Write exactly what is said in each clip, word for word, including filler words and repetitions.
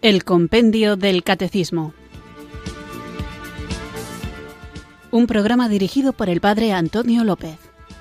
El Compendio del Catecismo. Un programa dirigido por el Padre Antonio López.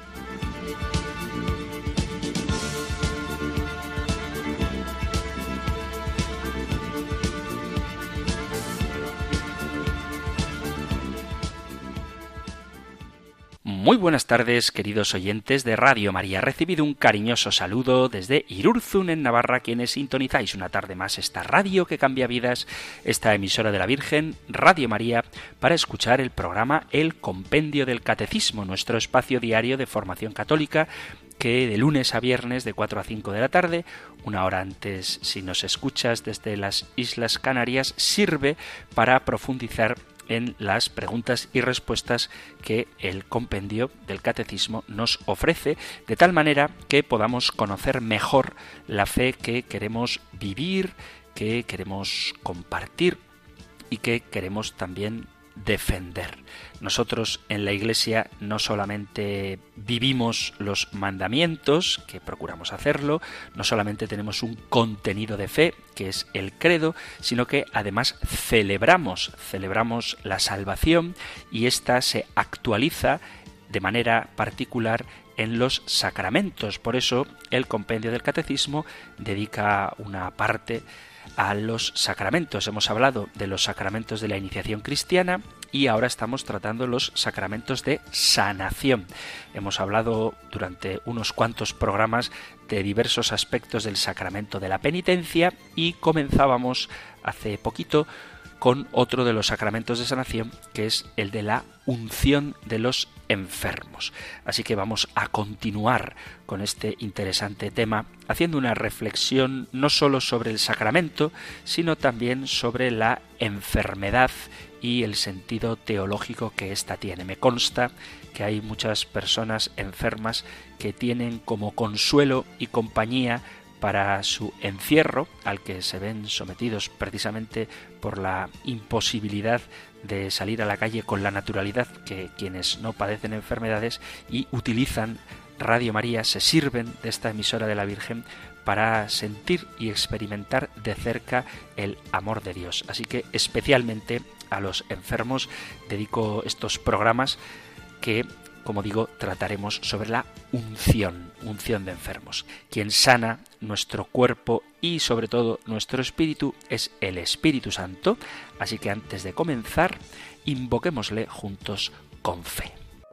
Muy buenas tardes, queridos oyentes de Radio María. Recibido un cariñoso saludo desde Irurzun, en Navarra, quienes sintonizáis una tarde más esta radio que cambia vidas, esta emisora de la Virgen, Radio María, para escuchar el programa El Compendio del Catecismo, nuestro espacio diario de formación católica, que de lunes a viernes de cuatro a cinco de la tarde, una hora antes si nos escuchas desde las Islas Canarias, sirve para profundizar en las preguntas y respuestas que el compendio del Catecismo nos ofrece, de tal manera que podamos conocer mejor la fe que queremos vivir, que queremos compartir y que queremos también defender. Nosotros en la Iglesia no solamente vivimos los mandamientos, que procuramos hacerlo, no solamente tenemos un contenido de fe, que es el credo, sino que además celebramos, celebramos la salvación, y ésta se actualiza de manera particular en los sacramentos. Por eso el compendio del Catecismo dedica una parte a los sacramentos. Hemos hablado de los sacramentos de la iniciación cristiana y ahora estamos tratando los sacramentos de sanación. Hemos hablado durante unos cuantos programas de diversos aspectos del sacramento de la penitencia y comenzábamos hace poquito con otro de los sacramentos de sanación, que es el de la unción de los enfermos. Así que vamos a continuar con este interesante tema, haciendo una reflexión no solo sobre el sacramento, sino también sobre la enfermedad y el sentido teológico que ésta tiene. Me consta que hay muchas personas enfermas que tienen como consuelo y compañía para su encierro, al que se ven sometidos precisamente por la imposibilidad de salir a la calle con la naturalidad que quienes no padecen enfermedades, y utilizan Radio María, se sirven de esta emisora de la Virgen para sentir y experimentar de cerca el amor de Dios. Así que especialmente a los enfermos dedico estos programas que, como digo, trataremos sobre la unción, unción de enfermos. Quien sana nuestro cuerpo y sobre todo nuestro espíritu es el Espíritu Santo, así que antes de comenzar, invoquémosle juntos con fe.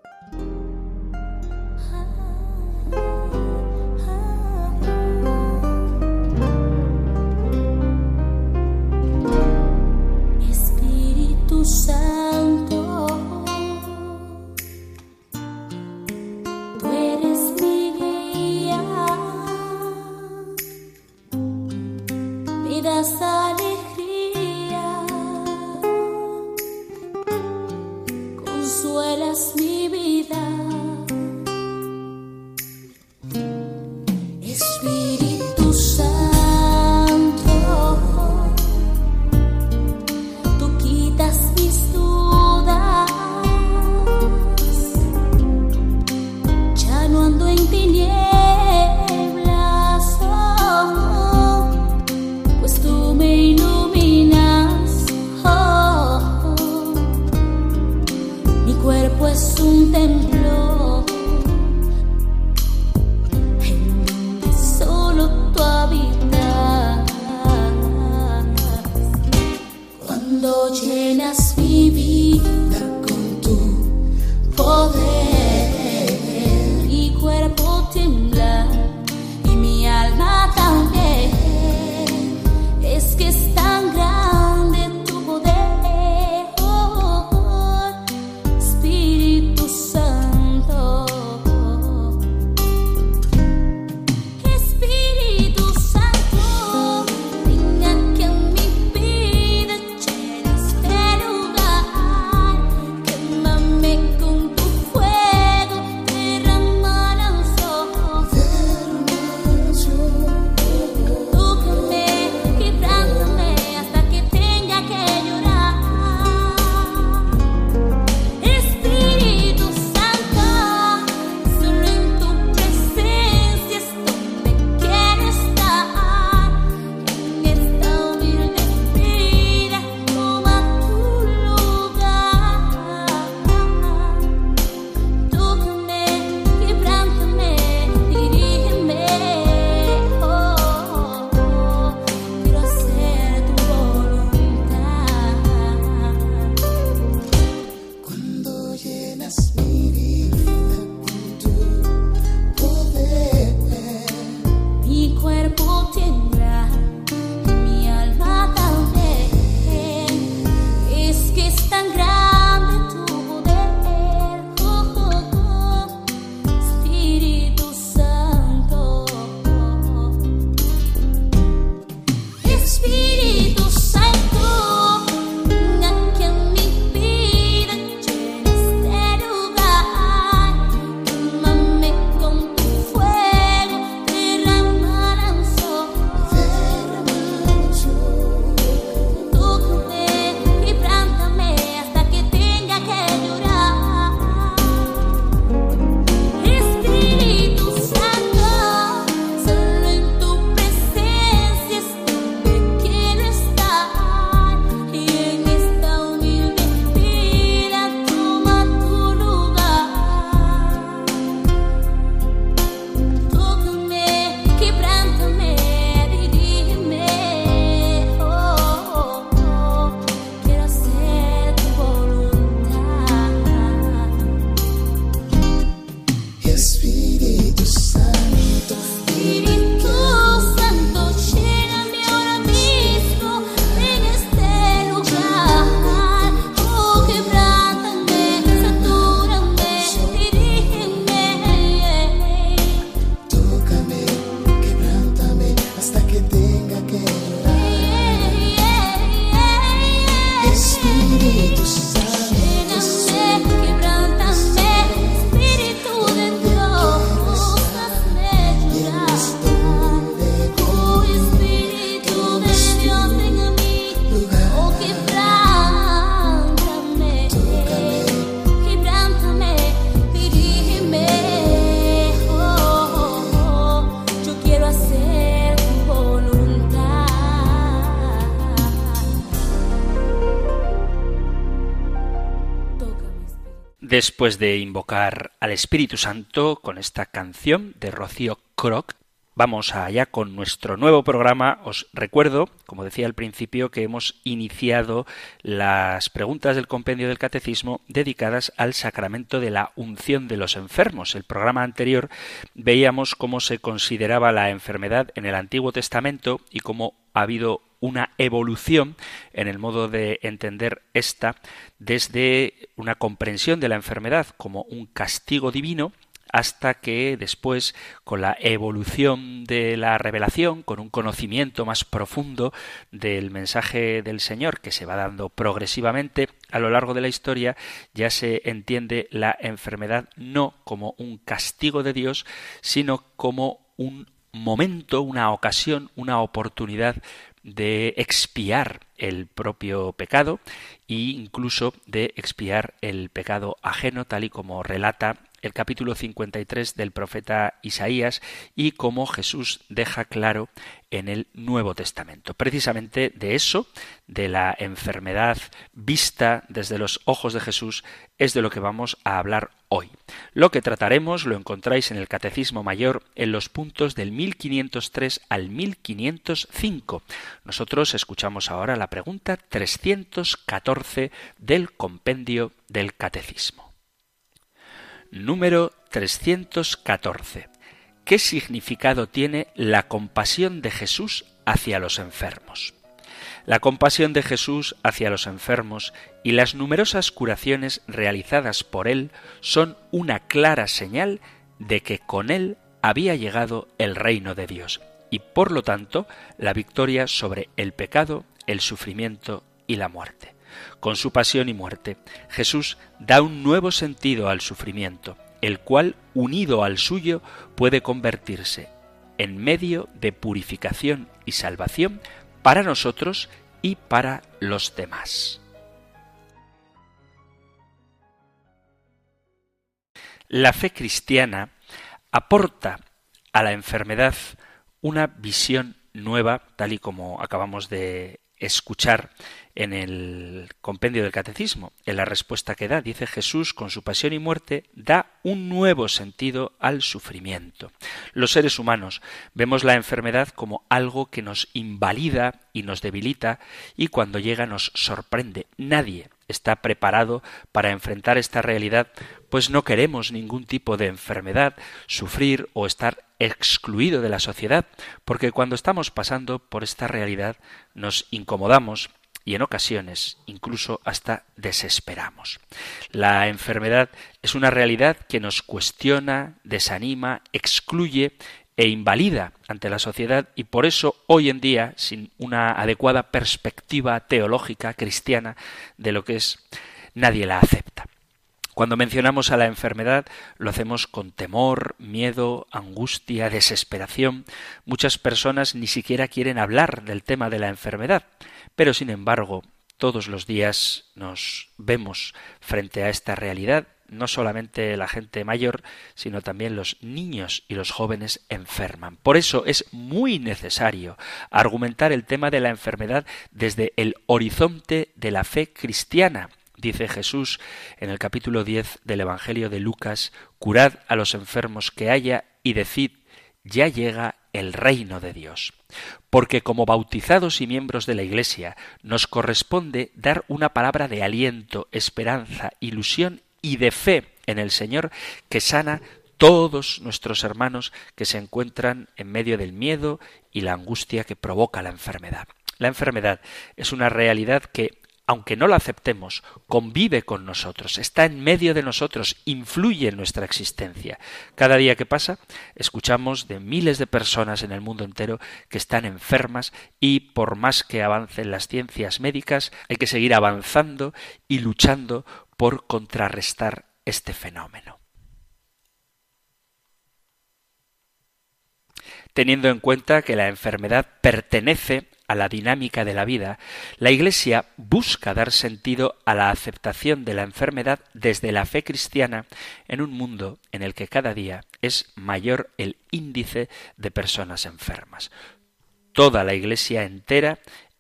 Espíritu Santo, das alegría, consuelas mi vida. Espíritu Santo, tú quitas mis dudas, ya no ando en tinieblas. Me Después de invocar al Espíritu Santo con esta canción de Rocío Croc, vamos allá con nuestro nuevo programa. Os recuerdo, como decía al principio, que hemos iniciado las preguntas del compendio del Catecismo dedicadas al sacramento de la unción de los enfermos. El programa anterior veíamos cómo se consideraba la enfermedad en el Antiguo Testamento y cómo ha habido una evolución en el modo de entender esta desde una comprensión de la enfermedad como un castigo divino hasta que después, con la evolución de la revelación, con un conocimiento más profundo del mensaje del Señor que se va dando progresivamente a lo largo de la historia, ya se entiende la enfermedad no como un castigo de Dios, sino como un momento, una ocasión, una oportunidad de expiar el propio pecado e incluso de expiar el pecado ajeno, tal y como relata el capítulo cincuenta y tres del profeta Isaías y como Jesús deja claro en el Nuevo Testamento. Precisamente de eso, de la enfermedad vista desde los ojos de Jesús, es de lo que vamos a hablar hoy. Lo que trataremos lo encontráis en el Catecismo Mayor en los puntos del mil quinientos tres al mil quinientos cinco. Nosotros escuchamos ahora la pregunta trescientos catorce del compendio del Catecismo. Número trescientos catorce. ¿Qué significado tiene la compasión de Jesús hacia los enfermos? La compasión de Jesús hacia los enfermos y las numerosas curaciones realizadas por él son una clara señal de que con él había llegado el reino de Dios y, por lo tanto, la victoria sobre el pecado, el sufrimiento y la muerte. Con su pasión y muerte, Jesús da un nuevo sentido al sufrimiento, el cual, unido al suyo, puede convertirse en medio de purificación y salvación para nosotros y para los demás. La fe cristiana aporta a la enfermedad una visión nueva, tal y como acabamos de escuchar en el compendio del Catecismo. En la respuesta que da, dice: Jesús, con su pasión y muerte, da un nuevo sentido al sufrimiento. Los seres humanos vemos la enfermedad como algo que nos invalida y nos debilita, y cuando llega nos sorprende. Nadie está preparado para enfrentar esta realidad, pues no queremos ningún tipo de enfermedad, sufrir o estar excluido de la sociedad, porque cuando estamos pasando por esta realidad nos incomodamos y en ocasiones incluso hasta desesperamos. La enfermedad es una realidad que nos cuestiona, desanima, excluye e invalida ante la sociedad, y por eso hoy en día, sin una adecuada perspectiva teológica cristiana de lo que es, nadie la acepta. Cuando mencionamos a la enfermedad lo hacemos con temor, miedo, angustia, desesperación. Muchas personas ni siquiera quieren hablar del tema de la enfermedad, pero sin embargo todos los días nos vemos frente a esta realidad. No solamente la gente mayor, sino también los niños y los jóvenes enferman. Por eso es muy necesario argumentar el tema de la enfermedad desde el horizonte de la fe cristiana. Dice Jesús en el capítulo diez del Evangelio de Lucas: curad a los enfermos que haya y decid, ya llega el reino de Dios. Porque como bautizados y miembros de la Iglesia nos corresponde dar una palabra de aliento, esperanza, ilusión y de fe en el Señor, que sana todos nuestros hermanos que se encuentran en medio del miedo y la angustia que provoca la enfermedad. La enfermedad es una realidad que, aunque no la aceptemos, convive con nosotros, está en medio de nosotros, influye en nuestra existencia. Cada día que pasa, escuchamos de miles de personas en el mundo entero que están enfermas, y por más que avancen las ciencias médicas, hay que seguir avanzando y luchando por contrarrestar este fenómeno. Teniendo en cuenta que la enfermedad pertenece a la dinámica de la vida, la Iglesia busca dar sentido a la aceptación de la enfermedad desde la fe cristiana en un mundo en el que cada día es mayor el índice de personas enfermas. Toda la Iglesia entera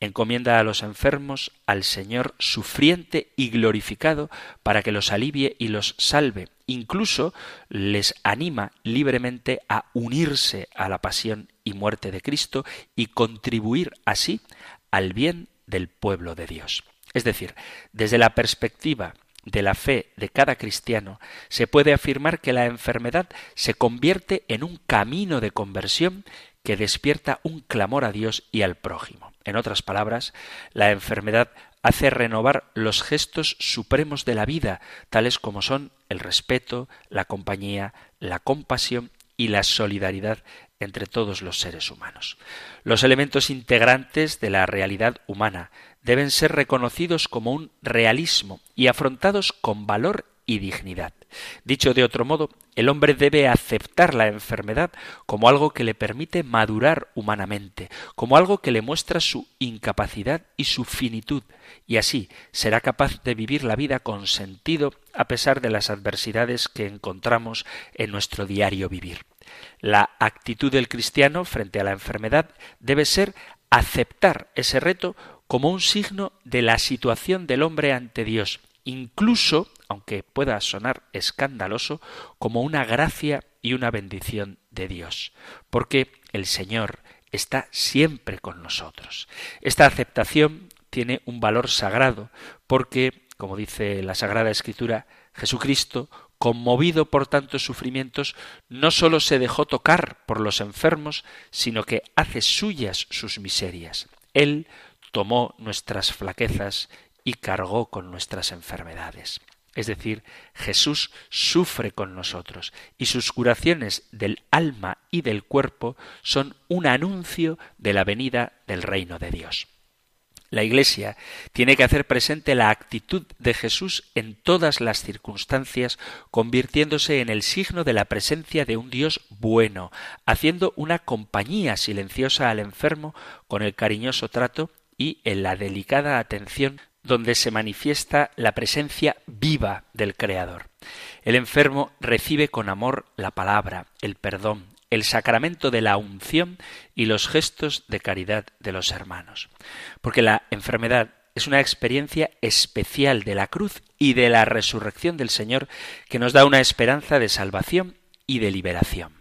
encomienda a los enfermos al Señor sufriente y glorificado para que los alivie y los salve. Incluso les anima libremente a unirse a la pasión y muerte de Cristo y contribuir así al bien del pueblo de Dios. Es decir, desde la perspectiva de la fe de cada cristiano, se puede afirmar que la enfermedad se convierte en un camino de conversión que despierta un clamor a Dios y al prójimo. En otras palabras, la enfermedad hace renovar los gestos supremos de la vida, tales como son el respeto, la compañía, la compasión y la solidaridad entre todos los seres humanos. Los elementos integrantes de la realidad humana deben ser reconocidos como un realismo y afrontados con valor y dignidad. Dicho de otro modo, el hombre debe aceptar la enfermedad como algo que le permite madurar humanamente, como algo que le muestra su incapacidad y su finitud, y así será capaz de vivir la vida con sentido a pesar de las adversidades que encontramos en nuestro diario vivir. La actitud del cristiano frente a la enfermedad debe ser aceptar ese reto como un signo de la situación del hombre ante Dios, incluso, aunque pueda sonar escandaloso, como una gracia y una bendición de Dios, porque el Señor está siempre con nosotros. Esta aceptación tiene un valor sagrado, porque, como dice la Sagrada Escritura, Jesucristo, conmovido por tantos sufrimientos, no sólo se dejó tocar por los enfermos, sino que hace suyas sus miserias. Él tomó nuestras flaquezas y cargó con nuestras enfermedades. Es decir, Jesús sufre con nosotros y sus curaciones del alma y del cuerpo son un anuncio de la venida del reino de Dios. La Iglesia tiene que hacer presente la actitud de Jesús en todas las circunstancias, convirtiéndose en el signo de la presencia de un Dios bueno, haciendo una compañía silenciosa al enfermo con el cariñoso trato y en la delicada atención donde se manifiesta la presencia viva del Creador. El enfermo recibe con amor la palabra, el perdón, el sacramento de la unción y los gestos de caridad de los hermanos. Porque la enfermedad es una experiencia especial de la cruz y de la resurrección del Señor que nos da una esperanza de salvación y de liberación.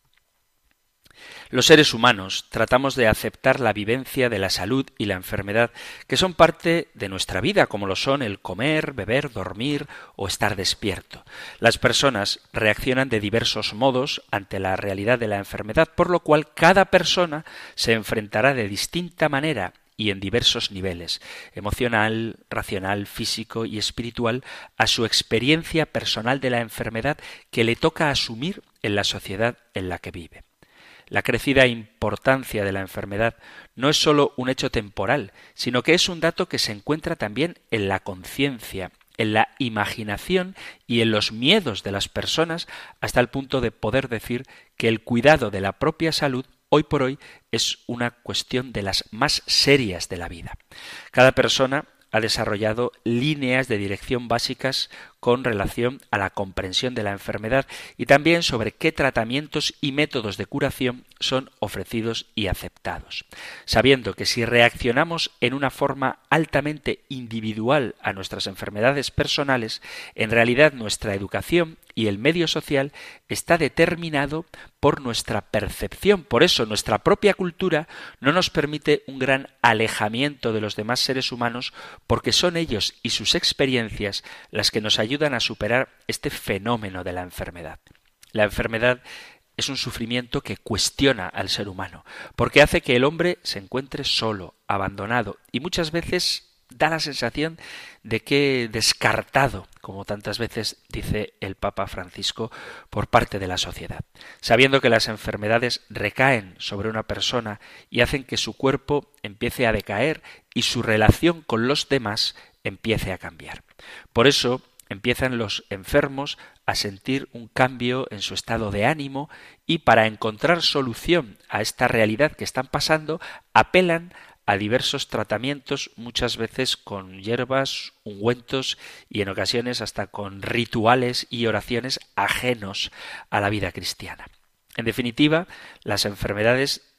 Los seres humanos tratamos de aceptar la vivencia de la salud y la enfermedad que son parte de nuestra vida, como lo son el comer, beber, dormir o estar despierto. Las personas reaccionan de diversos modos ante la realidad de la enfermedad, por lo cual cada persona se enfrentará de distinta manera y en diversos niveles, emocional, racional, físico y espiritual, a su experiencia personal de la enfermedad que le toca asumir en la sociedad en la que vive. La crecida importancia de la enfermedad no es sólo un hecho temporal, sino que es un dato que se encuentra también en la conciencia, en la imaginación y en los miedos de las personas, hasta el punto de poder decir que el cuidado de la propia salud hoy por hoy es una cuestión de las más serias de la vida. Cada persona ha desarrollado líneas de dirección básicas con relación a la comprensión de la enfermedad y también sobre qué tratamientos y métodos de curación son ofrecidos y aceptados. Sabiendo que si reaccionamos en una forma altamente individual a nuestras enfermedades personales, en realidad nuestra educación y el medio social está determinado por nuestra percepción. Por eso nuestra propia cultura no nos permite un gran alejamiento de los demás seres humanos, porque son ellos y sus experiencias las que nos ayudan ayudan a superar este fenómeno de la enfermedad. La enfermedad es un sufrimiento que cuestiona al ser humano, porque hace que el hombre se encuentre solo, abandonado y muchas veces da la sensación de que descartado, como tantas veces dice el Papa Francisco, por parte de la sociedad. Sabiendo que las enfermedades recaen sobre una persona y hacen que su cuerpo empiece a decaer y su relación con los demás empiece a cambiar. Por eso empiezan los enfermos a sentir un cambio en su estado de ánimo y para encontrar solución a esta realidad que están pasando, apelan a diversos tratamientos, muchas veces con hierbas, ungüentos y en ocasiones hasta con rituales y oraciones ajenos a la vida cristiana. En definitiva, las enfermedades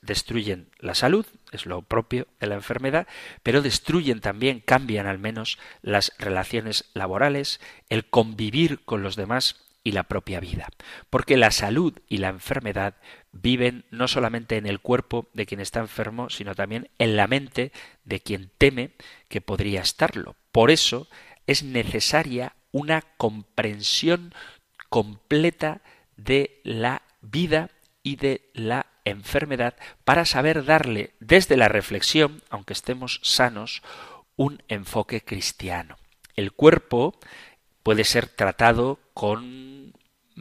destruyen la salud, es lo propio de la enfermedad, pero destruyen también, cambian al menos las relaciones laborales, el convivir con los demás y la propia vida. Porque la salud y la enfermedad viven no solamente en el cuerpo de quien está enfermo, sino también en la mente de quien teme que podría estarlo. Por eso es necesaria una comprensión completa de la vida y de la enfermedad para saber darle desde la reflexión, aunque estemos sanos, un enfoque cristiano. El cuerpo puede ser tratado con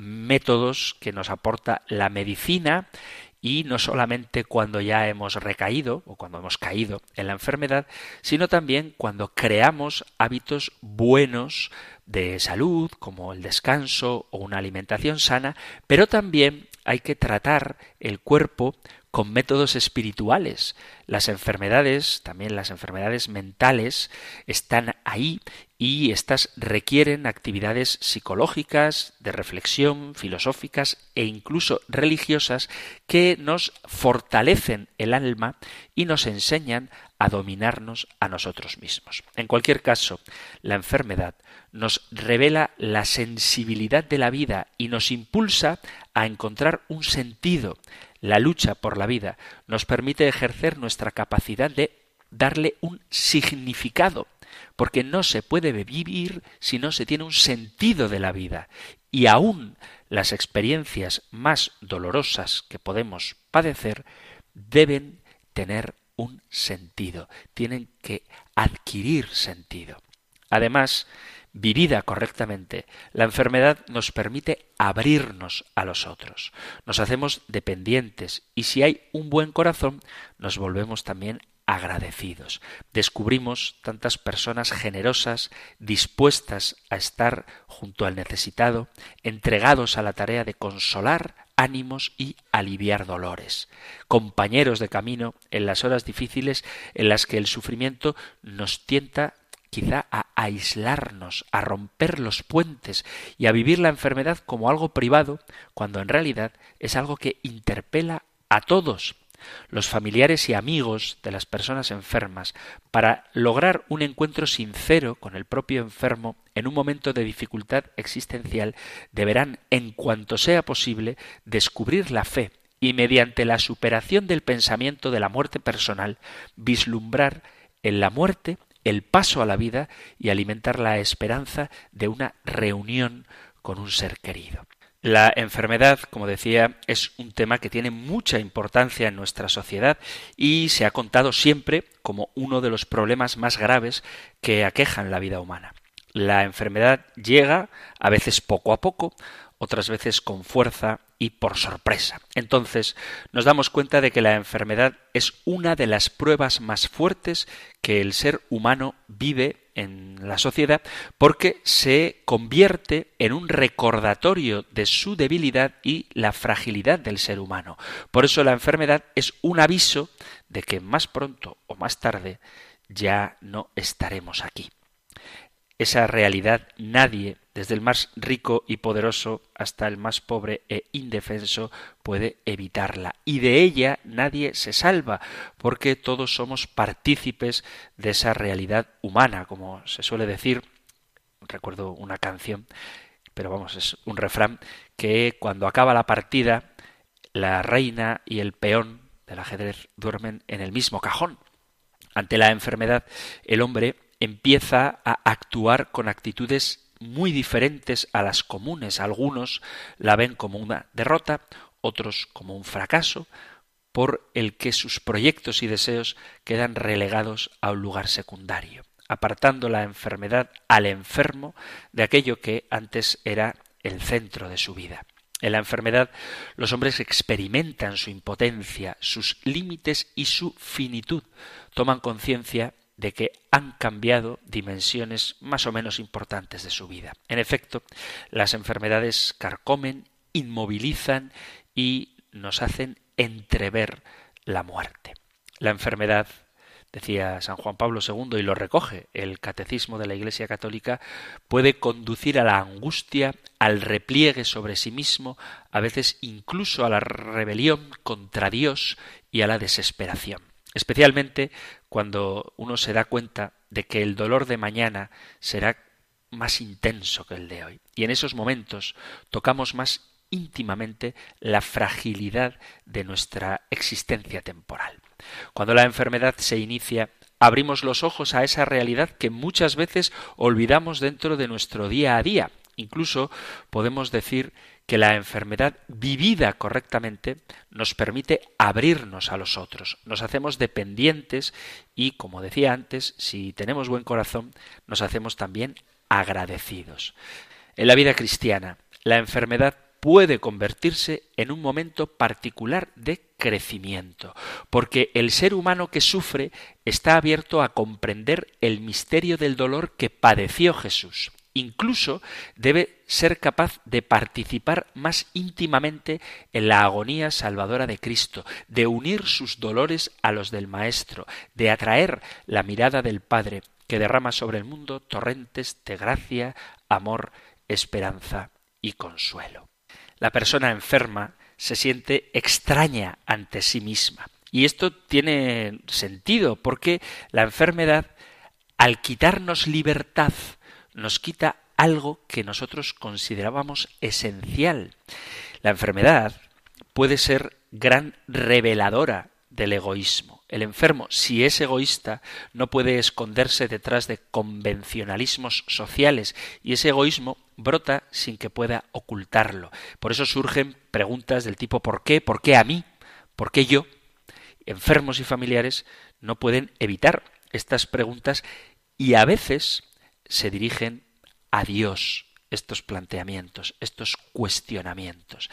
métodos que nos aporta la medicina y no solamente cuando ya hemos recaído o cuando hemos caído en la enfermedad, sino también cuando creamos hábitos buenos de salud, como el descanso o una alimentación sana, pero también hay que tratar el cuerpo con métodos espirituales. Las enfermedades, también las enfermedades mentales, están ahí y estas requieren actividades psicológicas, de reflexión, filosóficas e incluso religiosas que nos fortalecen el alma y nos enseñan a dominarnos a nosotros mismos. En cualquier caso, la enfermedad nos revela la sensibilidad de la vida y nos impulsa a encontrar un sentido. La lucha por la vida nos permite ejercer nuestra capacidad de darle un significado, porque no se puede vivir si no se tiene un sentido de la vida. Y aún las experiencias más dolorosas que podemos padecer deben tener un sentido, tienen que adquirir sentido. Además, vivida correctamente, la enfermedad nos permite abrirnos a los otros. Nos hacemos dependientes y si hay un buen corazón, nos volvemos también agradecidos. Descubrimos tantas personas generosas, dispuestas a estar junto al necesitado, entregados a la tarea de consolar ánimos y aliviar dolores, compañeros de camino en las horas difíciles en las que el sufrimiento nos tienta quizá a aislarnos, a romper los puentes y a vivir la enfermedad como algo privado, cuando en realidad es algo que interpela a todos. Los familiares y amigos de las personas enfermas, para lograr un encuentro sincero con el propio enfermo en un momento de dificultad existencial, deberán, en cuanto sea posible, descubrir la fe y, mediante la superación del pensamiento de la muerte personal, vislumbrar en la muerte el paso a la vida y alimentar la esperanza de una reunión con un ser querido. La enfermedad, como decía, es un tema que tiene mucha importancia en nuestra sociedad y se ha contado siempre como uno de los problemas más graves que aquejan la vida humana. La enfermedad llega, a veces poco a poco, otras veces con fuerza y por sorpresa. Entonces, nos damos cuenta de que la enfermedad es una de las pruebas más fuertes que el ser humano vive en la sociedad, porque se convierte en un recordatorio de su debilidad y la fragilidad del ser humano. Por eso la enfermedad es un aviso de que más pronto o más tarde ya no estaremos aquí. Esa realidad nadie, desde el más rico y poderoso hasta el más pobre e indefenso, puede evitarla. Y de ella nadie se salva, porque todos somos partícipes de esa realidad humana, como se suele decir. Recuerdo una canción, pero vamos, es un refrán, que cuando acaba la partida, la reina y el peón del ajedrez duermen en el mismo cajón. Ante la enfermedad, el hombre empieza a actuar con actitudes muy diferentes a las comunes. Algunos la ven como una derrota, otros como un fracaso, por el que sus proyectos y deseos quedan relegados a un lugar secundario, apartando la enfermedad al enfermo de aquello que antes era el centro de su vida. En la enfermedad, los hombres experimentan su impotencia, sus límites y su finitud. Toman conciencia de que han cambiado dimensiones más o menos importantes de su vida. En efecto, las enfermedades carcomen, inmovilizan y nos hacen entrever la muerte. La enfermedad, decía San Juan Pablo segundo, y lo recoge el Catecismo de la Iglesia Católica, puede conducir a la angustia, al repliegue sobre sí mismo, a veces incluso a la rebelión contra Dios y a la desesperación. Especialmente cuando uno se da cuenta de que el dolor de mañana será más intenso que el de hoy. Y en esos momentos tocamos más íntimamente la fragilidad de nuestra existencia temporal. Cuando la enfermedad se inicia, abrimos los ojos a esa realidad que muchas veces olvidamos dentro de nuestro día a día. Incluso podemos decir que la enfermedad vivida correctamente nos permite abrirnos a los otros. Nos hacemos dependientes y, como decía antes, si tenemos buen corazón, nos hacemos también agradecidos. En la vida cristiana, la enfermedad puede convertirse en un momento particular de crecimiento, porque el ser humano que sufre está abierto a comprender el misterio del dolor que padeció Jesús. Incluso debe ser capaz de participar más íntimamente en la agonía salvadora de Cristo, de unir sus dolores a los del Maestro, de atraer la mirada del Padre que derrama sobre el mundo torrentes de gracia, amor, esperanza y consuelo. La persona enferma se siente extraña ante sí misma. Y esto tiene sentido porque la enfermedad, al quitarnos libertad, nos quita algo que nosotros considerábamos esencial. La enfermedad puede ser gran reveladora del egoísmo. El enfermo, si es egoísta, no puede esconderse detrás de convencionalismos sociales y ese egoísmo brota sin que pueda ocultarlo. Por eso surgen preguntas del tipo ¿por qué? ¿Por qué a mí? ¿Por qué yo? Enfermos y familiares no pueden evitar estas preguntas y a veces se dirigen a Dios estos planteamientos, estos cuestionamientos.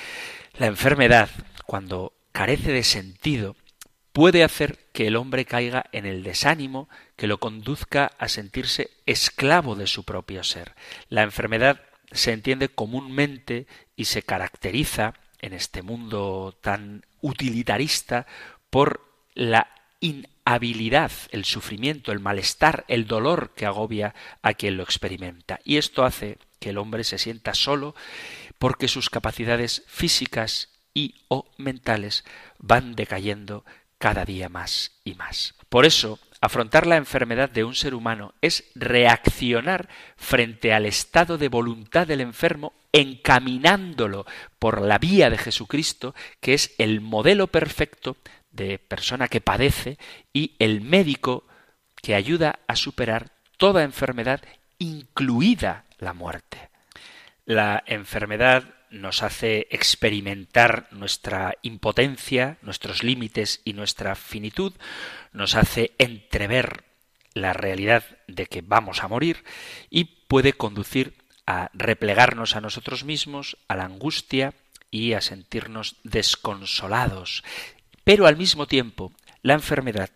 La enfermedad, cuando carece de sentido, puede hacer que el hombre caiga en el desánimo que lo conduzca a sentirse esclavo de su propio ser. La enfermedad se entiende comúnmente y se caracteriza en este mundo tan utilitarista por la inhabilidad, el sufrimiento, el malestar, el dolor que agobia a quien lo experimenta. Y esto hace que el hombre se sienta solo porque sus capacidades físicas y o mentales van decayendo cada día más y más. Por eso, afrontar la enfermedad de un ser humano es reaccionar frente al estado de voluntad del enfermo, encaminándolo por la vía de Jesucristo, que es el modelo perfecto de persona que padece y el médico que ayuda a superar toda enfermedad, incluida la muerte. La enfermedad nos hace experimentar nuestra impotencia, nuestros límites y nuestra finitud, nos hace entrever la realidad de que vamos a morir y puede conducir a replegarnos a nosotros mismos, a la angustia y a sentirnos desconsolados. Pero al mismo tiempo, la enfermedad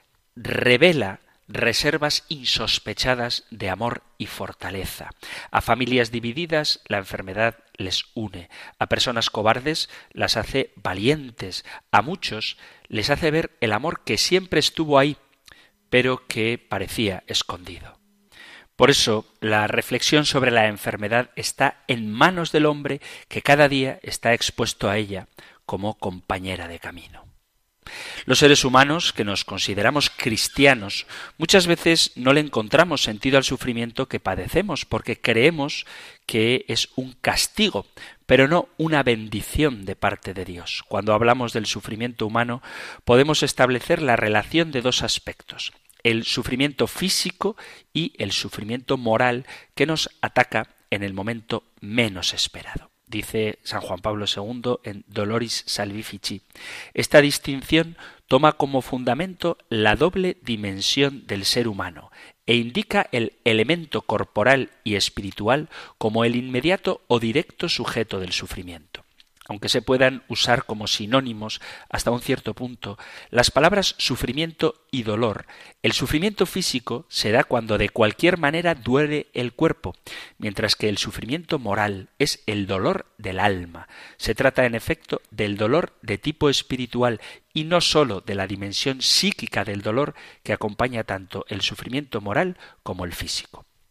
revela reservas insospechadas de amor y fortaleza. A familias divididas, la enfermedad les une. A personas cobardes las hace valientes. A muchos les hace ver el amor que siempre estuvo ahí, pero que parecía escondido. Por eso, la reflexión sobre la enfermedad está en manos del hombre que cada día está expuesto a ella como compañera de camino. Los seres humanos, que nos consideramos cristianos, muchas veces no le encontramos sentido al sufrimiento que padecemos porque creemos que es un castigo, pero no una bendición de parte de Dios. Cuando hablamos del sufrimiento humano, podemos establecer la relación de dos aspectos: el sufrimiento físico y el sufrimiento moral que nos ataca en el momento menos esperado. Dice San Juan Pablo segundo en Doloris Salvifici. Esta distinción toma como fundamento la doble dimensión del ser humano e indica el elemento corporal y espiritual como el inmediato o directo sujeto del sufrimiento. Aunque se puedan usar como sinónimos hasta un cierto punto, las palabras sufrimiento y dolor, el sufrimiento físico se da cuando de cualquier manera duele el cuerpo, mientras que el sufrimiento moral es el dolor del alma. Se trata en efecto del dolor de tipo espiritual y no sólo de la dimensión psíquica del dolor que acompaña tanto el sufrimiento moral como el físico.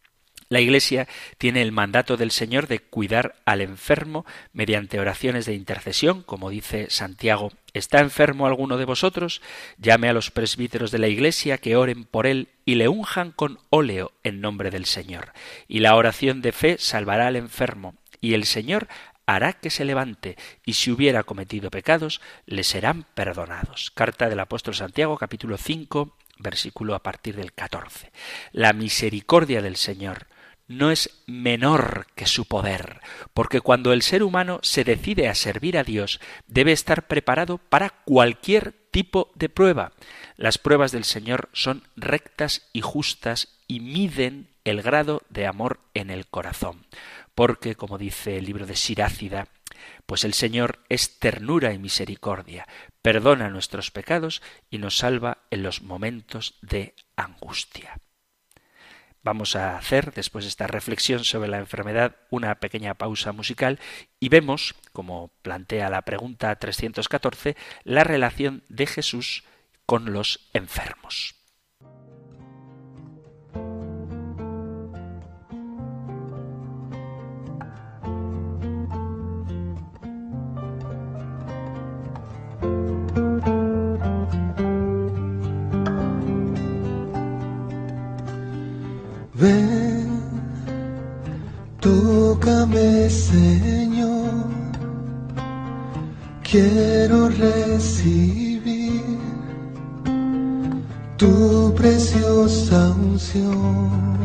La Iglesia tiene el mandato del Señor de cuidar al enfermo mediante oraciones de intercesión, como dice Santiago. ¿Está enfermo alguno de vosotros? Llame a los presbíteros de la Iglesia que oren por él y le unjan con óleo en nombre del Señor. Y la oración de fe salvará al enfermo, y el Señor hará que se levante, y si hubiera cometido pecados, le serán perdonados. Carta del apóstol Santiago, capítulo cinco, versículo a partir del catorce. La misericordia del Señor no es menor que su poder, porque cuando el ser humano se decide a servir a Dios, debe estar preparado para cualquier tipo de prueba. Las pruebas del Señor son rectas y justas y miden el grado de amor en el corazón, porque, como dice el libro de Sirácida, pues el Señor es ternura y misericordia, perdona nuestros pecados y nos salva en los momentos de angustia. Vamos a hacer, después de esta reflexión sobre la enfermedad, una pequeña pausa musical y vemos, como plantea la pregunta trescientos catorce, la relación de Jesús con los enfermos. Ven, tócame, Señor, quiero recibir tu preciosa unción.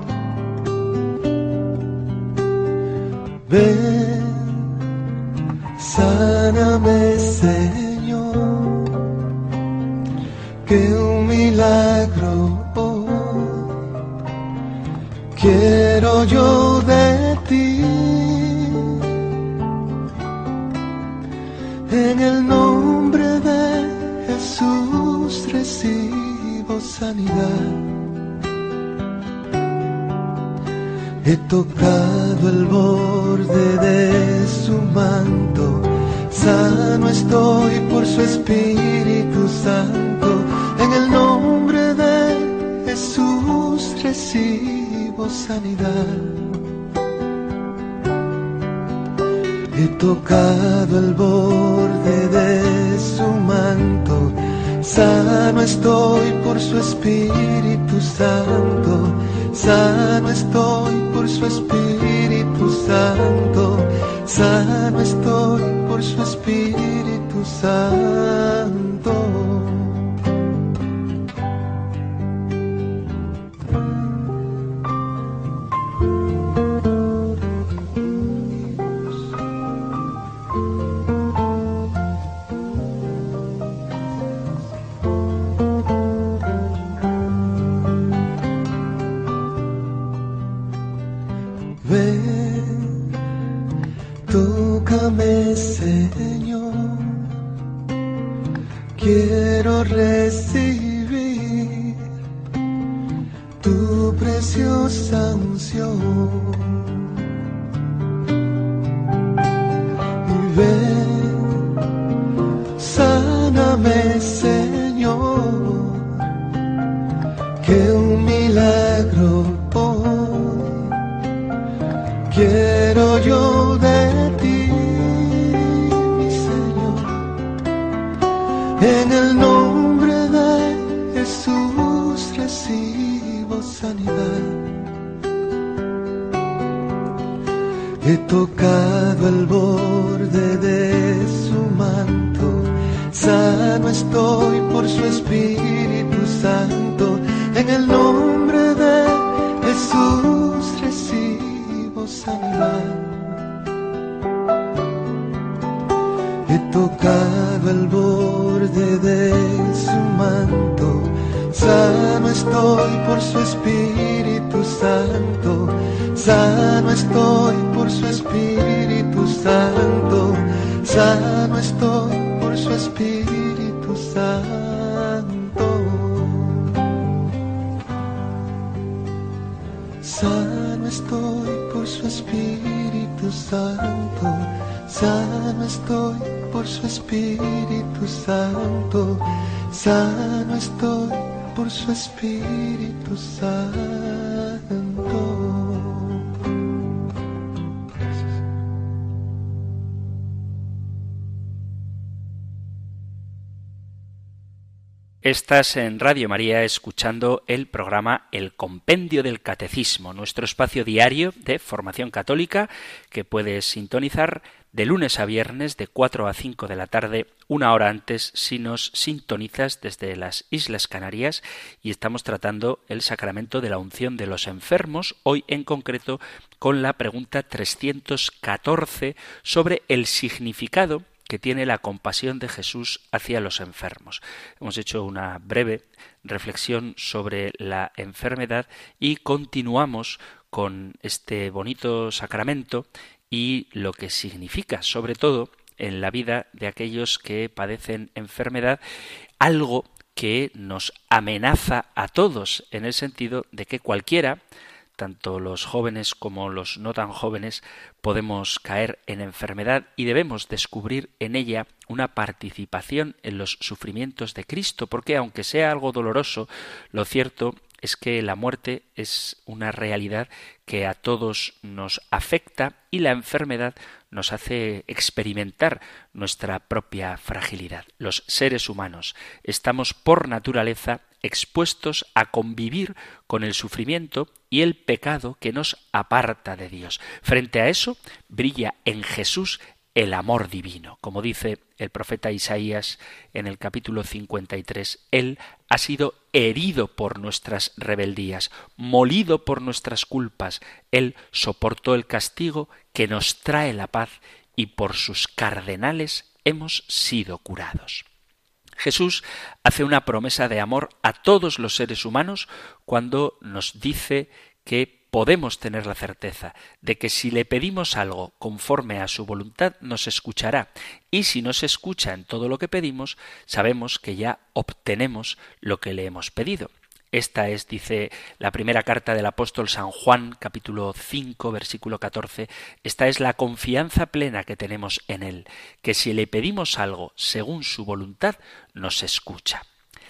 Ven, sáname, Señor, que un milagro quiero yo de ti. En el nombre de Jesús recibo sanidad. He tocado el borde de su manto, sano estoy por su Espíritu Santo. En el nombre de Jesús recibo sanidad. He tocado el borde de su manto, sano estoy por su Espíritu Santo, sano estoy por su Espíritu Santo, sano estoy por su Espíritu Santo. Tócame, Señor, quiero recibir tu preciosa unción. Y ven, sáname, Señor, que un milagro hoy quiero yo de ti, mi Señor. En el nombre de Jesús recibo sanidad. He tocado el borde de su manto, sano estoy por su Espíritu Santo. En el nombre de Jesús recibo sanidad. He tocado el borde de su manto, sano estoy por su Espíritu Santo, sano estoy por su Espíritu Santo, sano estoy por su Espíritu Santo. Sano estoy por su Espíritu Santo, sano estoy por su Espíritu Santo, sano estoy por su Espíritu Santo. Estás en Radio María escuchando el programa El Compendio del Catecismo, nuestro espacio diario de formación católica que puedes sintonizar de lunes a viernes de cuatro a cinco de la tarde, una hora antes si nos sintonizas desde las Islas Canarias, y estamos tratando el sacramento de la unción de los enfermos, hoy en concreto con la pregunta trescientos catorce sobre el significado que tiene la compasión de Jesús hacia los enfermos. Hemos hecho una breve reflexión sobre la enfermedad y continuamos con este bonito sacramento y lo que significa, sobre todo en la vida de aquellos que padecen enfermedad, algo que nos amenaza a todos, en el sentido de que cualquiera, tanto los jóvenes como los no tan jóvenes, podemos caer en enfermedad y debemos descubrir en ella una participación en los sufrimientos de Cristo, porque aunque sea algo doloroso, lo cierto es que la muerte es una realidad que a todos nos afecta y la enfermedad nos hace experimentar nuestra propia fragilidad. Los seres humanos estamos por naturaleza expuestos a convivir con el sufrimiento y el pecado que nos aparta de Dios. Frente a eso, brilla en Jesús el amor divino. Como dice el profeta Isaías en el capítulo cincuenta y tres, Él ha sido herido por nuestras rebeldías, molido por nuestras culpas. Él soportó el castigo que nos trae la paz y por sus cardenales hemos sido curados. Jesús hace una promesa de amor a todos los seres humanos cuando nos dice que podemos tener la certeza de que si le pedimos algo conforme a su voluntad, nos escuchará. Y si nos escucha en todo lo que pedimos, sabemos que ya obtenemos lo que le hemos pedido. Esta es, dice la primera carta del apóstol San Juan, capítulo cinco, versículo catorce, esta es la confianza plena que tenemos en Él, que si le pedimos algo según su voluntad, nos escucha.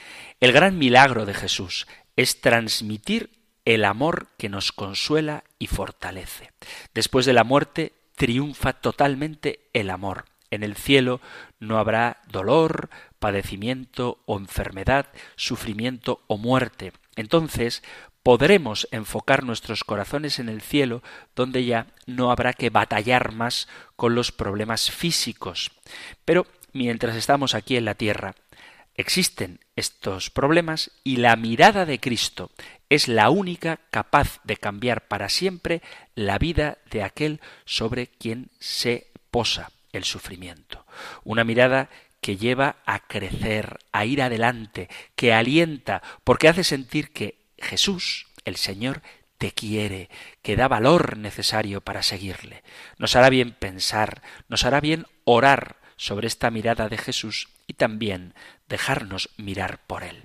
El gran milagro de Jesús es transmitir el amor que nos consuela y fortalece. Después de la muerte triunfa totalmente el amor. En el cielo no habrá dolor, padecimiento o enfermedad, sufrimiento o muerte. Entonces podremos enfocar nuestros corazones en el cielo, donde ya no habrá que batallar más con los problemas físicos. Pero mientras estamos aquí en la tierra, existen estos problemas y la mirada de Cristo es la única capaz de cambiar para siempre la vida de aquel sobre quien se posa el sufrimiento. Una mirada que lleva a crecer, a ir adelante, que alienta, porque hace sentir que Jesús, el Señor, te quiere, que da valor necesario para seguirle. Nos hará bien pensar, nos hará bien orar sobre esta mirada de Jesús y también dejarnos mirar por Él.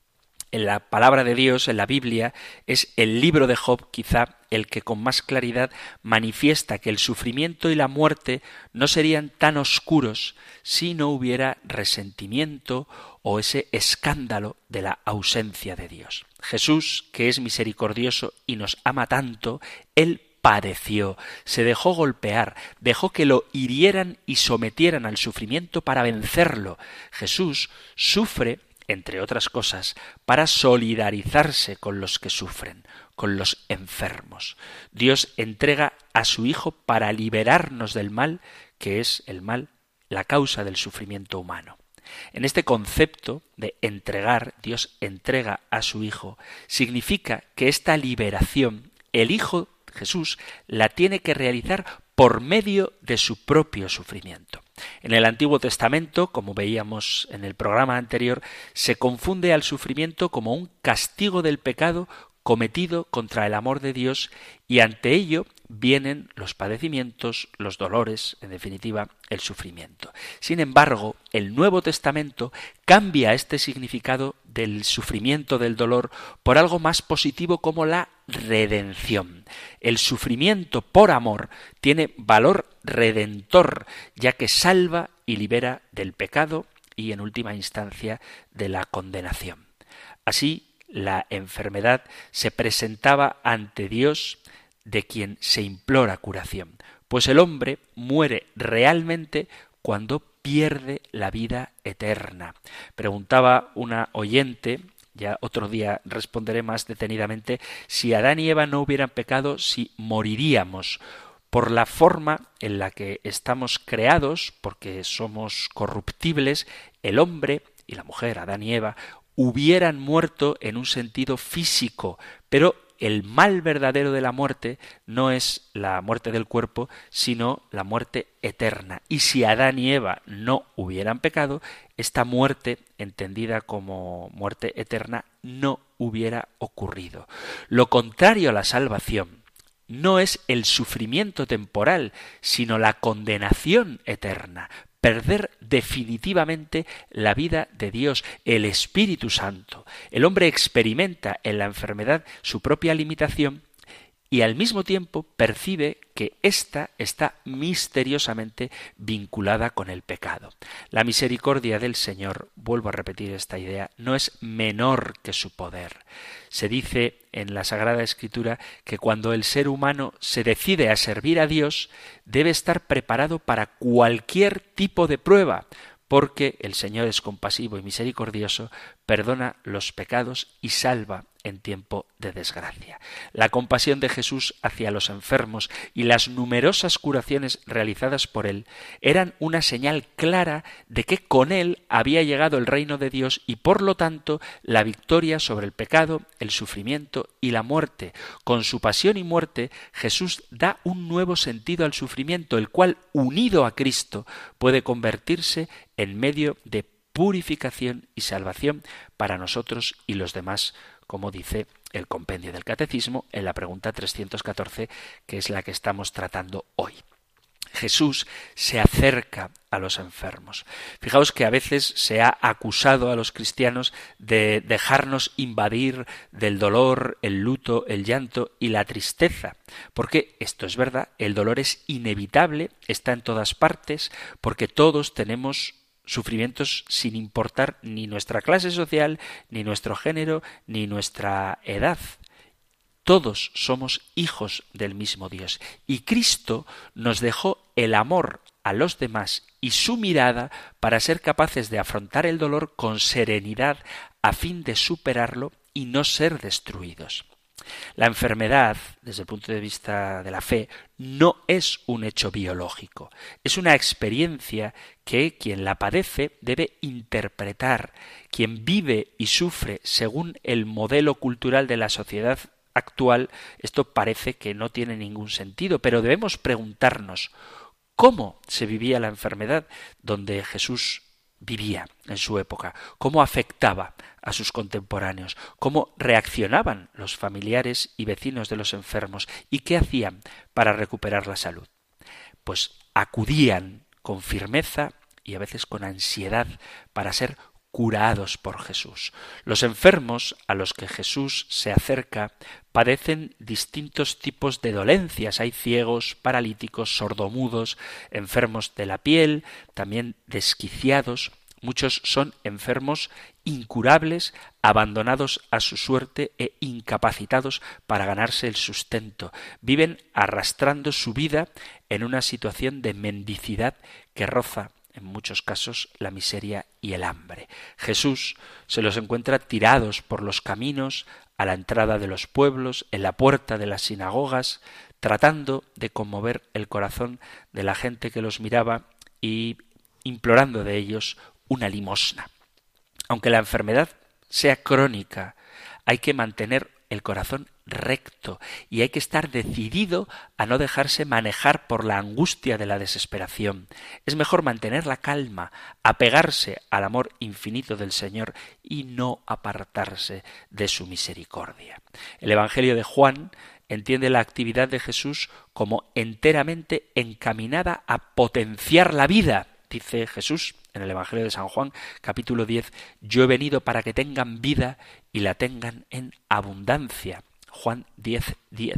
En la palabra de Dios, en la Biblia, es el libro de Job quizá el que con más claridad manifiesta que el sufrimiento y la muerte no serían tan oscuros si no hubiera resentimiento o ese escándalo de la ausencia de Dios. Jesús, que es misericordioso y nos ama tanto, Él padeció, se dejó golpear, dejó que lo hirieran y sometieran al sufrimiento para vencerlo. Jesús sufre, entre otras cosas, para solidarizarse con los que sufren, con los enfermos. Dios entrega a su Hijo para liberarnos del mal, que es el mal, la causa del sufrimiento humano. En este concepto de entregar, Dios entrega a su Hijo, significa que esta liberación, el Hijo Jesús la tiene que realizar por medio de su propio sufrimiento. En el Antiguo Testamento, como veíamos en el programa anterior, se confunde al sufrimiento como un castigo del pecado cometido contra el amor de Dios y ante ello vienen los padecimientos, los dolores, en definitiva, el sufrimiento. Sin embargo, el Nuevo Testamento cambia este significado del sufrimiento, del dolor, por algo más positivo como la redención. El sufrimiento por amor tiene valor redentor, ya que salva y libera del pecado y, en última instancia, de la condenación. Así, la enfermedad se presentaba ante Dios de quien se implora curación, pues el hombre muere realmente cuando pierde la vida eterna. Preguntaba una oyente, ya otro día responderé más detenidamente, si Adán y Eva no hubieran pecado, si moriríamos. Por la forma en la que estamos creados, porque somos corruptibles, el hombre y la mujer, Adán y Eva, hubieran muerto en un sentido físico, pero el mal verdadero de la muerte no es la muerte del cuerpo, sino la muerte eterna. Y si Adán y Eva no hubieran pecado, esta muerte, entendida como muerte eterna, no hubiera ocurrido. Lo contrario a la salvación no es el sufrimiento temporal, sino la condenación eterna. Perder definitivamente la vida de Dios, el Espíritu Santo. El hombre experimenta en la enfermedad su propia limitación y al mismo tiempo percibe que ésta está misteriosamente vinculada con el pecado. La misericordia del Señor, vuelvo a repetir esta idea, no es menor que su poder. Se dice en la Sagrada Escritura que cuando el ser humano se decide a servir a Dios, debe estar preparado para cualquier tipo de prueba, porque el Señor es compasivo y misericordioso, perdona los pecados y salva en tiempo de desgracia. La compasión de Jesús hacia los enfermos y las numerosas curaciones realizadas por él eran una señal clara de que con él había llegado el reino de Dios y por lo tanto la victoria sobre el pecado, el sufrimiento y la muerte. Con su pasión y muerte Jesús da un nuevo sentido al sufrimiento, el cual, unido a Cristo, puede convertirse en medio de purificación y salvación para nosotros y los demás, como dice el compendio del Catecismo en la pregunta trescientos catorce, que es la que estamos tratando hoy. Jesús se acerca a los enfermos. Fijaos que a veces se ha acusado a los cristianos de dejarnos invadir del dolor, el luto, el llanto y la tristeza, porque esto es verdad, el dolor es inevitable, está en todas partes, porque todos tenemos sufrimientos sin importar ni nuestra clase social, ni nuestro género, ni nuestra edad. Todos somos hijos del mismo Dios. Y Cristo nos dejó el amor a los demás y su mirada para ser capaces de afrontar el dolor con serenidad a fin de superarlo y no ser destruidos. La enfermedad, desde el punto de vista de la fe, no es un hecho biológico. Es una experiencia que quien la padece debe interpretar. Quien vive y sufre según el modelo cultural de la sociedad actual, esto parece que no tiene ningún sentido, pero debemos preguntarnos cómo se vivía la enfermedad donde Jesús vivía en su época, cómo afectaba a sus contemporáneos, cómo reaccionaban los familiares y vecinos de los enfermos y qué hacían para recuperar la salud. Pues acudían con firmeza y a veces con ansiedad para ser curados por Jesús. Los enfermos a los que Jesús se acerca padecen distintos tipos de dolencias. Hay ciegos, paralíticos, sordomudos, enfermos de la piel, también desquiciados. Muchos son enfermos incurables, abandonados a su suerte e incapacitados para ganarse el sustento. Viven arrastrando su vida en una situación de mendicidad que roza en muchos casos la miseria y el hambre. Jesús se los encuentra tirados por los caminos, a la entrada de los pueblos, en la puerta de las sinagogas, tratando de conmover el corazón de la gente que los miraba y implorando de ellos una limosna. Aunque la enfermedad sea crónica, hay que mantener el corazón recto y hay que estar decidido a no dejarse manejar por la angustia de la desesperación. Es mejor mantener la calma, apegarse al amor infinito del Señor y no apartarse de su misericordia. El Evangelio de Juan entiende la actividad de Jesús como enteramente encaminada a potenciar la vida. Dice Jesús en el Evangelio de San Juan, capítulo diez, yo he venido para que tengan vida y la tengan en abundancia. Juan diez, diez.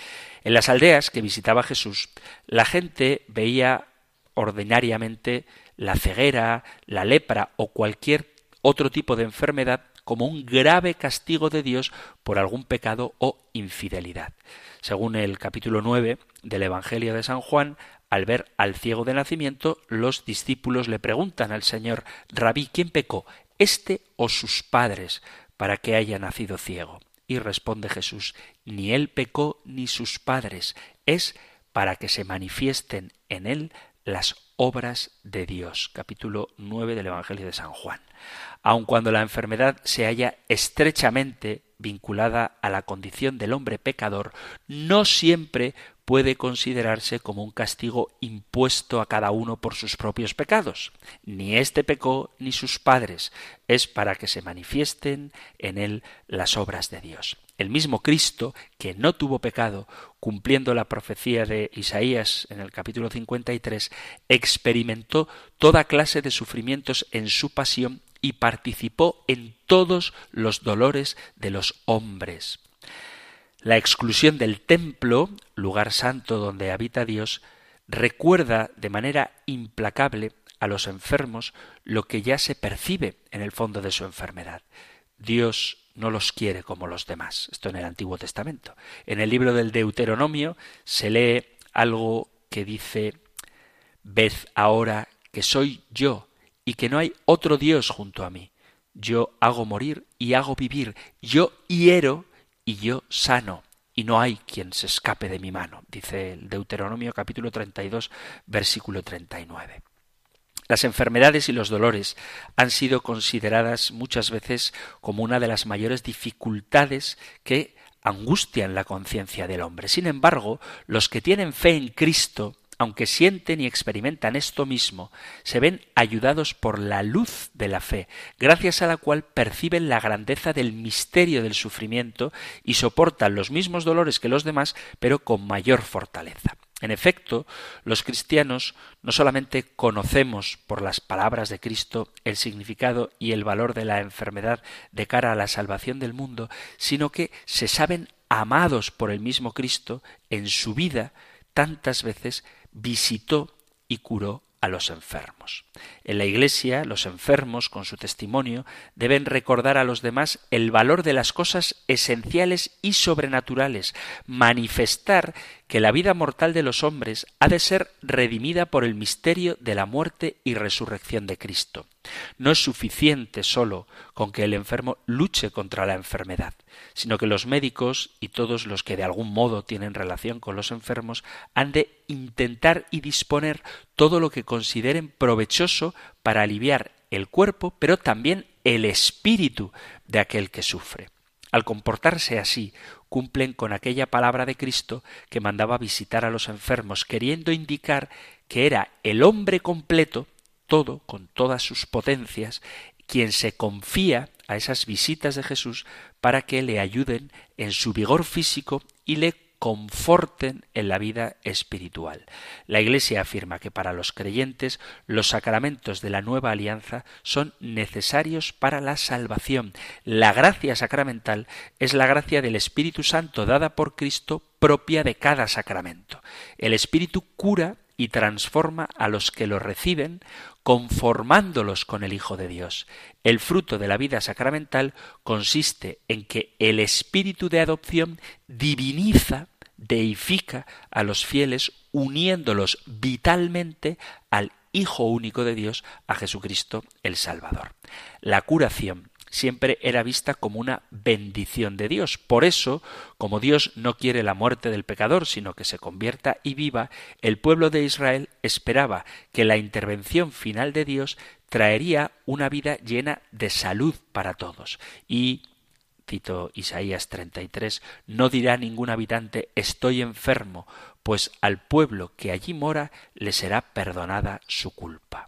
En las aldeas que visitaba Jesús, la gente veía ordinariamente la ceguera, la lepra o cualquier otro tipo de enfermedad como un grave castigo de Dios por algún pecado o infidelidad. Según el capítulo nueve del Evangelio de San Juan, al ver al ciego de nacimiento, los discípulos le preguntan al Señor: Rabí, ¿quién pecó, este o sus padres, para que haya nacido ciego? Y responde Jesús: ni él pecó ni sus padres, es para que se manifiesten en él las obras de Dios. Capítulo nueve del Evangelio de San Juan. Aun cuando la enfermedad se halla estrechamente vinculada a la condición del hombre pecador, no siempre puede considerarse como un castigo impuesto a cada uno por sus propios pecados. Ni éste pecó ni sus padres, es para que se manifiesten en él las obras de Dios. El mismo Cristo, que no tuvo pecado, cumpliendo la profecía de Isaías en el capítulo cincuenta y tres, experimentó toda clase de sufrimientos en su pasión y participó en todos los dolores de los hombres. La exclusión del templo, lugar santo donde habita Dios, recuerda de manera implacable a los enfermos lo que ya se percibe en el fondo de su enfermedad. Dios no los quiere como los demás. Esto en el Antiguo Testamento. En el libro del Deuteronomio se lee algo que dice: ved ahora que soy yo y que no hay otro Dios junto a mí. Yo hago morir y hago vivir. Yo hiero y yo sano. Y no hay quien se escape de mi mano, dice el Deuteronomio capítulo treinta y dos, versículo treinta y nueve. Las enfermedades y los dolores han sido consideradas muchas veces como una de las mayores dificultades que angustian la conciencia del hombre. Sin embargo, los que tienen fe en Cristo, aunque sienten y experimentan esto mismo, se ven ayudados por la luz de la fe, gracias a la cual perciben la grandeza del misterio del sufrimiento y soportan los mismos dolores que los demás, pero con mayor fortaleza. En efecto, los cristianos no solamente conocemos por las palabras de Cristo el significado y el valor de la enfermedad de cara a la salvación del mundo, sino que se saben amados por el mismo Cristo. En su vida tantas veces visitó y curó a los enfermos. En la Iglesia, los enfermos, con su testimonio, deben recordar a los demás el valor de las cosas esenciales y sobrenaturales, manifestar que la vida mortal de los hombres ha de ser redimida por el misterio de la muerte y resurrección de Cristo. No es suficiente solo con que el enfermo luche contra la enfermedad, sino que los médicos y todos los que de algún modo tienen relación con los enfermos han de intentar y disponer todo lo que consideren provechoso para aliviar el cuerpo, pero también el espíritu de aquel que sufre. Al comportarse así, cumplen con aquella palabra de Cristo que mandaba visitar a los enfermos, queriendo indicar que era el hombre completo, todo, con todas sus potencias, quien se confía a esas visitas de Jesús para que le ayuden en su vigor físico y le conforten en la vida espiritual. La Iglesia afirma que para los creyentes los sacramentos de la nueva alianza son necesarios para la salvación. La gracia sacramental es la gracia del Espíritu Santo dada por Cristo, propia de cada sacramento. El Espíritu cura y transforma a los que lo reciben, conformándolos con el Hijo de Dios. El fruto de la vida sacramental consiste en que el espíritu de adopción diviniza, deifica a los fieles, uniéndolos vitalmente al Hijo único de Dios, a Jesucristo el Salvador. La curación siempre era vista como una bendición de Dios. Por eso, como Dios no quiere la muerte del pecador, sino que se convierta y viva, el pueblo de Israel esperaba que la intervención final de Dios traería una vida llena de salud para todos. Y, cito Isaías treinta y tres, no dirá ningún habitante estoy enfermo, pues al pueblo que allí mora le será perdonada su culpa.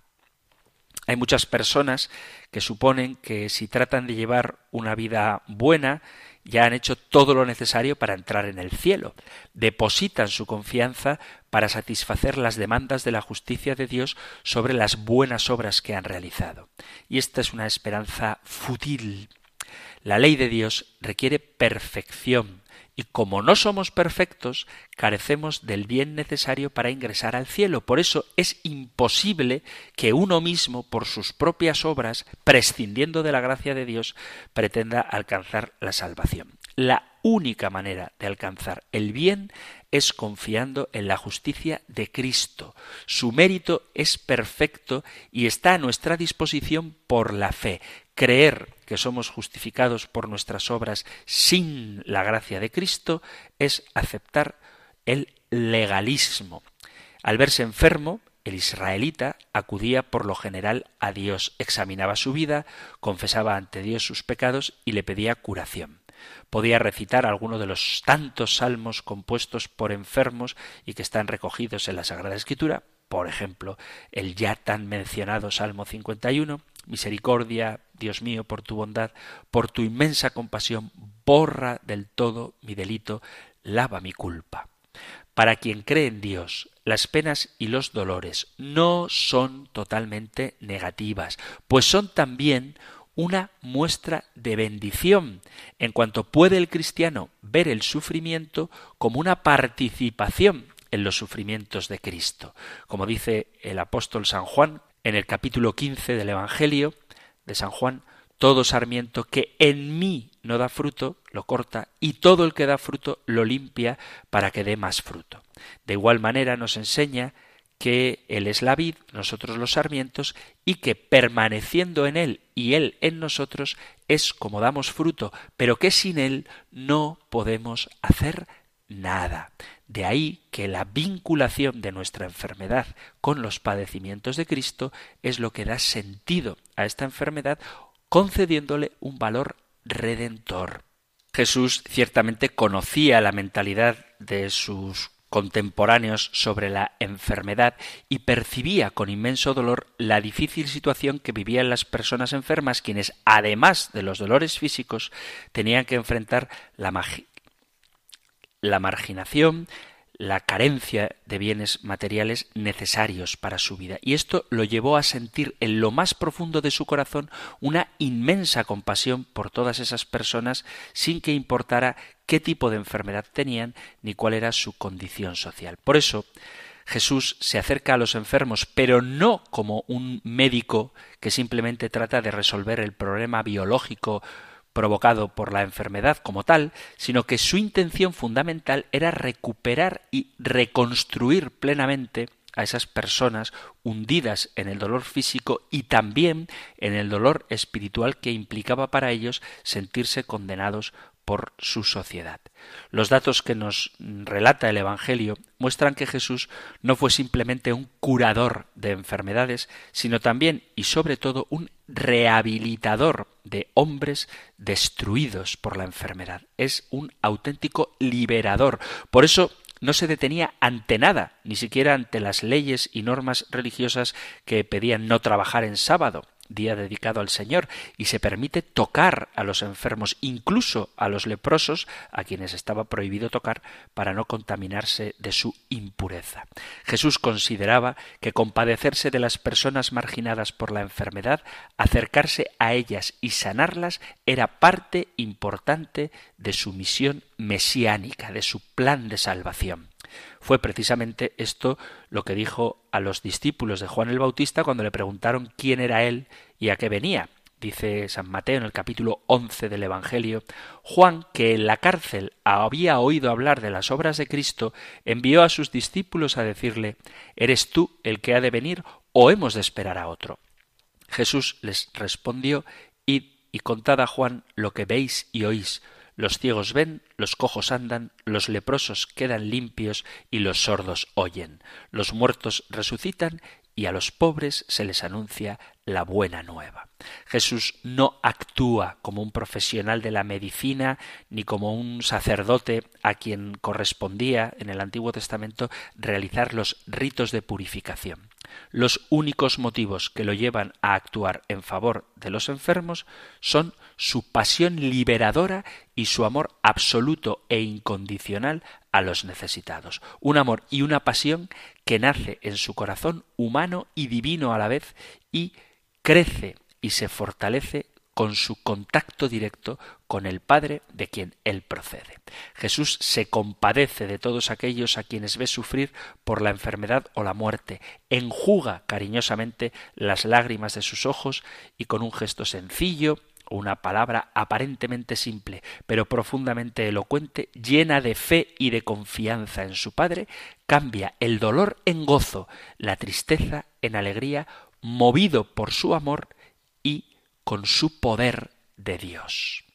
Hay muchas personas que suponen que si tratan de llevar una vida buena, ya han hecho todo lo necesario para entrar en el cielo. Depositan su confianza para satisfacer las demandas de la justicia de Dios sobre las buenas obras que han realizado. Y esta es una esperanza fútil. La ley de Dios requiere perfección. Y como no somos perfectos, carecemos del bien necesario para ingresar al cielo. Por eso es imposible que uno mismo, por sus propias obras, prescindiendo de la gracia de Dios, pretenda alcanzar la salvación. La única manera de alcanzar el bien es confiando en la justicia de Cristo. Su mérito es perfecto y está a nuestra disposición por la fe. Creer que somos justificados por nuestras obras sin la gracia de Cristo es aceptar el legalismo. Al verse enfermo, el israelita acudía por lo general a Dios, examinaba su vida, confesaba ante Dios sus pecados y le pedía curación. Podía recitar alguno de los tantos salmos compuestos por enfermos y que están recogidos en la Sagrada Escritura, por ejemplo, el ya tan mencionado Salmo cincuenta y uno, misericordia, Dios mío, por tu bondad, por tu inmensa compasión, borra del todo mi delito, lava mi culpa. Para quien cree en Dios, las penas y los dolores no son totalmente negativas, pues son también una muestra de bendición, en cuanto puede el cristiano ver el sufrimiento como una participación en los sufrimientos de Cristo. Como dice el apóstol San Juan en el capítulo quince del Evangelio de San Juan, todo sarmiento que en mí no da fruto, lo corta, y todo el que da fruto lo limpia para que dé más fruto. De igual manera nos enseña que Él es la vid, nosotros los sarmientos, y que permaneciendo en Él y Él en nosotros es como damos fruto, pero que sin Él no podemos hacer nada. De ahí que la vinculación de nuestra enfermedad con los padecimientos de Cristo es lo que da sentido a esta enfermedad, concediéndole un valor redentor. Jesús ciertamente conocía la mentalidad de sus contemporáneos sobre la enfermedad y percibía con inmenso dolor la difícil situación que vivían las personas enfermas, quienes, además de los dolores físicos, tenían que enfrentar la, magi- la marginación, la carencia de bienes materiales necesarios para su vida. Y esto lo llevó a sentir en lo más profundo de su corazón una inmensa compasión por todas esas personas, sin que importara qué tipo de enfermedad tenían ni cuál era su condición social. Por eso, Jesús se acerca a los enfermos, pero no como un médico que simplemente trata de resolver el problema biológico provocado por la enfermedad como tal, sino que su intención fundamental era recuperar y reconstruir plenamente a esas personas hundidas en el dolor físico y también en el dolor espiritual que implicaba para ellos sentirse condenados por su sociedad. Los datos que nos relata el Evangelio muestran que Jesús no fue simplemente un curador de enfermedades, sino también y sobre todo un rehabilitador de hombres destruidos por la enfermedad. Es un auténtico liberador. Por eso no se detenía ante nada, ni siquiera ante las leyes y normas religiosas que pedían no trabajar en sábado, día dedicado al Señor, y se permite tocar a los enfermos, incluso a los leprosos, a quienes estaba prohibido tocar para no contaminarse de su impureza. Jesús consideraba que compadecerse de las personas marginadas por la enfermedad, acercarse a ellas y sanarlas, era parte importante de su misión mesiánica, de su plan de salvación. Fue precisamente esto lo que dijo a los discípulos de Juan el Bautista cuando le preguntaron quién era él y a qué venía. Dice San Mateo en el capítulo once del Evangelio: Juan, que en la cárcel había oído hablar de las obras de Cristo, envió a sus discípulos a decirle: ¿eres tú el que ha de venir o hemos de esperar a otro? Jesús les respondió: id y contad a Juan lo que veis y oís. Los ciegos ven, los cojos andan, los leprosos quedan limpios y los sordos oyen. Los muertos resucitan y a los pobres se les anuncia la buena nueva. Jesús no actúa como un profesional de la medicina ni como un sacerdote a quien correspondía en el Antiguo Testamento realizar los ritos de purificación. Los únicos motivos que lo llevan a actuar en favor de los enfermos son su pasión liberadora y su amor absoluto e incondicional a los necesitados. Un amor y una pasión que nace en su corazón humano y divino a la vez y crece y se fortalece con su contacto directo con el Padre de quien Él procede. Jesús se compadece de todos aquellos a quienes ve sufrir por la enfermedad o la muerte, enjuga cariñosamente las lágrimas de sus ojos y con un gesto sencillo, una palabra aparentemente simple, pero profundamente elocuente, llena de fe y de confianza en su Padre, cambia el dolor en gozo, la tristeza en alegría, movido por su amor y con su poder de Dios.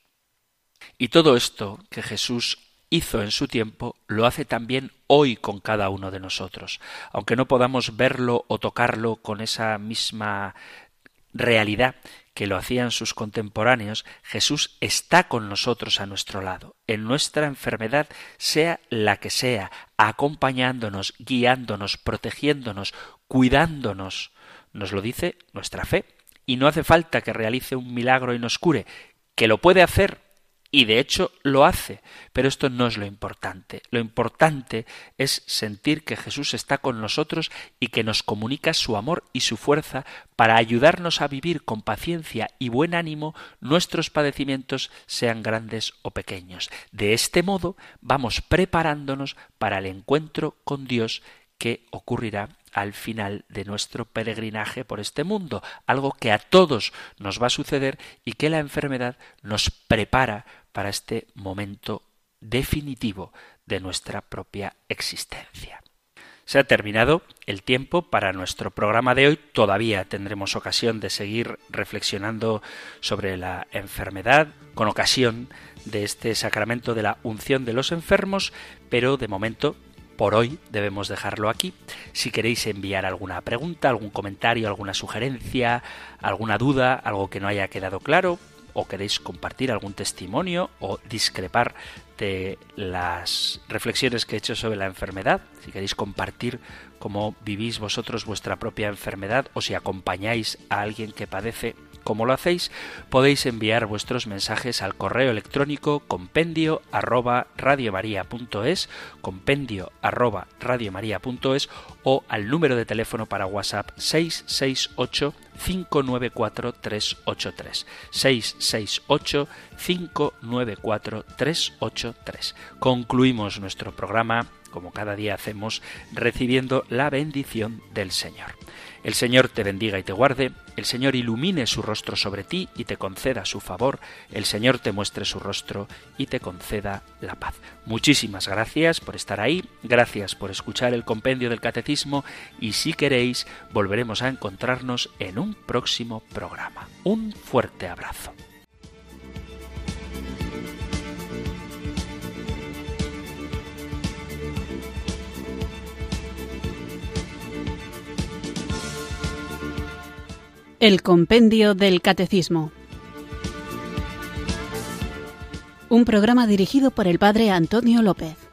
Y todo esto que Jesús hizo en su tiempo, lo hace también hoy con cada uno de nosotros. Aunque no podamos verlo o tocarlo con esa misma realidad que lo hacían sus contemporáneos, Jesús está con nosotros a nuestro lado, en nuestra enfermedad, sea la que sea, acompañándonos, guiándonos, protegiéndonos, cuidándonos. Nos lo dice nuestra fe. Y no hace falta que realice un milagro y nos cure, que lo puede hacer, y de hecho lo hace, pero esto no es lo importante. Lo importante es sentir que Jesús está con nosotros y que nos comunica su amor y su fuerza para ayudarnos a vivir con paciencia y buen ánimo nuestros padecimientos, sean grandes o pequeños. De este modo vamos preparándonos para el encuentro con Dios que ocurrirá al final de nuestro peregrinaje por este mundo, algo que a todos nos va a suceder y que la enfermedad nos prepara para este momento definitivo de nuestra propia existencia. Se ha terminado el tiempo para nuestro programa de hoy. Todavía tendremos ocasión de seguir reflexionando sobre la enfermedad con ocasión de este sacramento de la unción de los enfermos, pero de momento, por hoy debemos dejarlo aquí. Si queréis enviar alguna pregunta, algún comentario, alguna sugerencia, alguna duda, algo que no haya quedado claro, o queréis compartir algún testimonio o discrepar de las reflexiones que he hecho sobre la enfermedad, si queréis compartir cómo vivís vosotros vuestra propia enfermedad o si acompañáis a alguien que padece, como lo hacéis, podéis enviar vuestros mensajes al correo electrónico compendio arroba radiomaria.es, compendio arroba radiomaria.es o al número de teléfono para WhatsApp seis seis ocho, cinco nueve cuatro, tres ocho tres, seis seis ocho, cinco nueve cuatro, tres ocho tres. Concluimos nuestro programa, como cada día hacemos, recibiendo la bendición del Señor. El Señor te bendiga y te guarde, el Señor ilumine su rostro sobre ti y te conceda su favor, el Señor te muestre su rostro y te conceda la paz. Muchísimas gracias por estar ahí, gracias por escuchar el compendio del Catecismo y si queréis volveremos a encontrarnos en un próximo programa. Un fuerte abrazo. El compendio del Catecismo. Un programa dirigido por el Padre Antonio López.